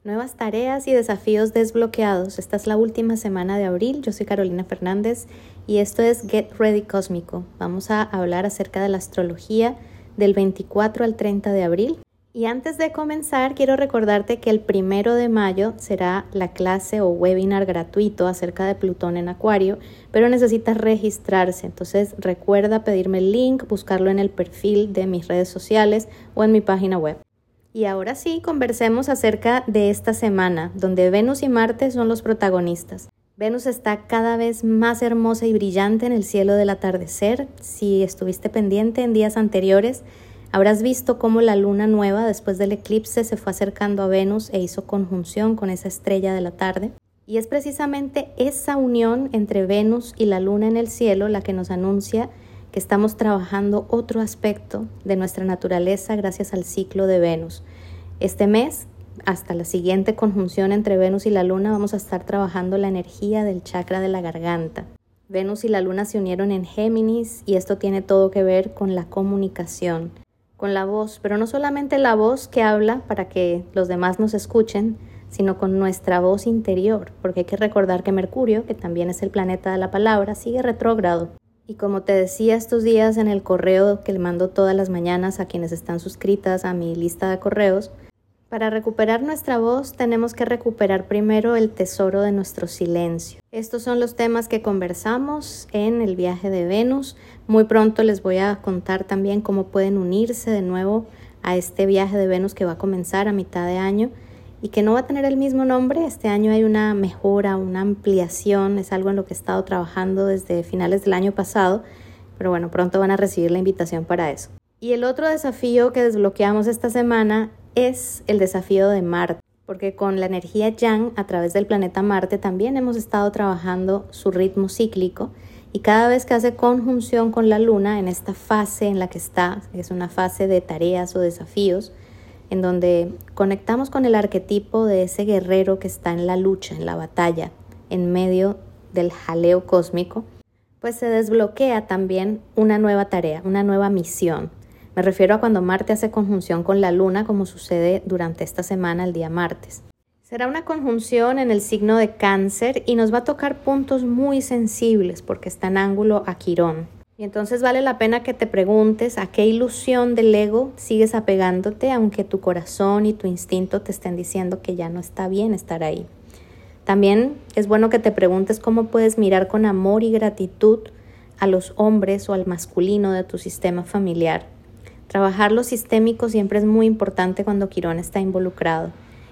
Nuevas tareas y desafíos desbloqueados. Esta es la última semana de abril. Yo soy Carolina Fernández y esto es Get Ready Cósmico. Vamos a hablar acerca de la astrología del 24 al 30 de abril. Y antes de comenzar, quiero recordarte que el 1 de mayo será la clase o webinar gratuito acerca de Plutón en Acuario, pero necesitas registrarse. Entonces recuerda pedirme el link, buscarlo en el perfil de mis redes sociales o en mi página web. Y ahora sí, conversemos acerca de esta semana, donde Venus y Marte son los protagonistas. Venus está cada vez más hermosa y brillante en el cielo del atardecer. Si estuviste pendiente en días anteriores, habrás visto cómo la luna nueva después del eclipse se fue acercando a Venus e hizo conjunción con esa estrella de la tarde. Y es precisamente esa unión entre Venus y la luna en el cielo la que nos anuncia que estamos trabajando otro aspecto de nuestra naturaleza gracias al ciclo de Venus. Este mes, hasta la siguiente conjunción entre Venus y la luna, vamos a estar trabajando la energía del chakra de la garganta. Venus y la luna se unieron en Géminis y esto tiene todo que ver con la comunicación, con la voz, pero no solamente la voz que habla para que los demás nos escuchen, sino con nuestra voz interior, porque hay que recordar que Mercurio, que también es el planeta de la palabra, sigue retrógrado. Y como te decía estos días en el correo que le mando todas las mañanas a quienes están suscritas a mi lista de correos, para recuperar nuestra voz tenemos que recuperar primero el tesoro de nuestro silencio. Estos son los temas que conversamos en el viaje de Venus. Muy pronto les voy a contar también cómo pueden unirse de nuevo a este viaje de Venus que va a comenzar a mitad de año y que no va a tener el mismo nombre. Este año hay una mejora, una ampliación, es algo en lo que he estado trabajando desde finales del año pasado, pero bueno, pronto van a recibir la invitación para eso. Y el otro desafío que desbloqueamos esta semana es el desafío de Marte, porque con la energía Yang a través del planeta Marte también hemos estado trabajando su ritmo cíclico y cada vez que hace conjunción con la Luna en esta fase en la que está, que es una fase de tareas o desafíos, en donde conectamos con el arquetipo de ese guerrero que está en la lucha, en la batalla, en medio del jaleo cósmico, pues se desbloquea también una nueva tarea, una nueva misión. Me refiero a cuando Marte hace conjunción con la Luna, como sucede durante esta semana, el día martes. Será una conjunción en el signo de Cáncer y nos va a tocar puntos muy sensibles porque está en ángulo a Quirón. Y entonces vale la pena que te preguntes a qué ilusión del ego sigues apegándote, aunque tu corazón y tu instinto te estén diciendo que ya no está bien estar ahí. También es bueno que te preguntes cómo puedes mirar con amor y gratitud a los hombres o al masculino de tu sistema familiar. Trabajar lo sistémico siempre es muy importante cuando Quirón está involucrado.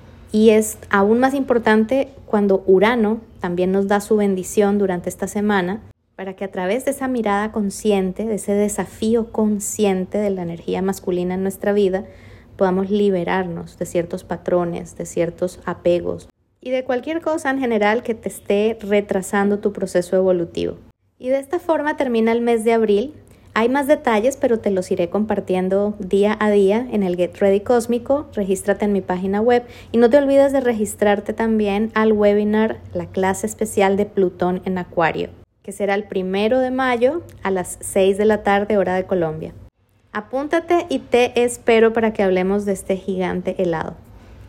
Y es aún más importante cuando Urano también nos da su bendición durante esta semana, para que a través de esa mirada consciente, de ese desafío consciente de la energía masculina en nuestra vida, podamos liberarnos de ciertos patrones, de ciertos apegos y de cualquier cosa en general que te esté retrasando tu proceso evolutivo. Y de esta forma termina el mes de abril. Hay más detalles, pero te los iré compartiendo día a día en el Get Ready Cósmico. Regístrate en mi página web y no te olvides de registrarte también al webinar, la clase especial de Plutón en Acuario, que será el 1 de mayo a las 6 de la tarde, hora de Colombia. Apúntate y te espero para que hablemos de este gigante helado.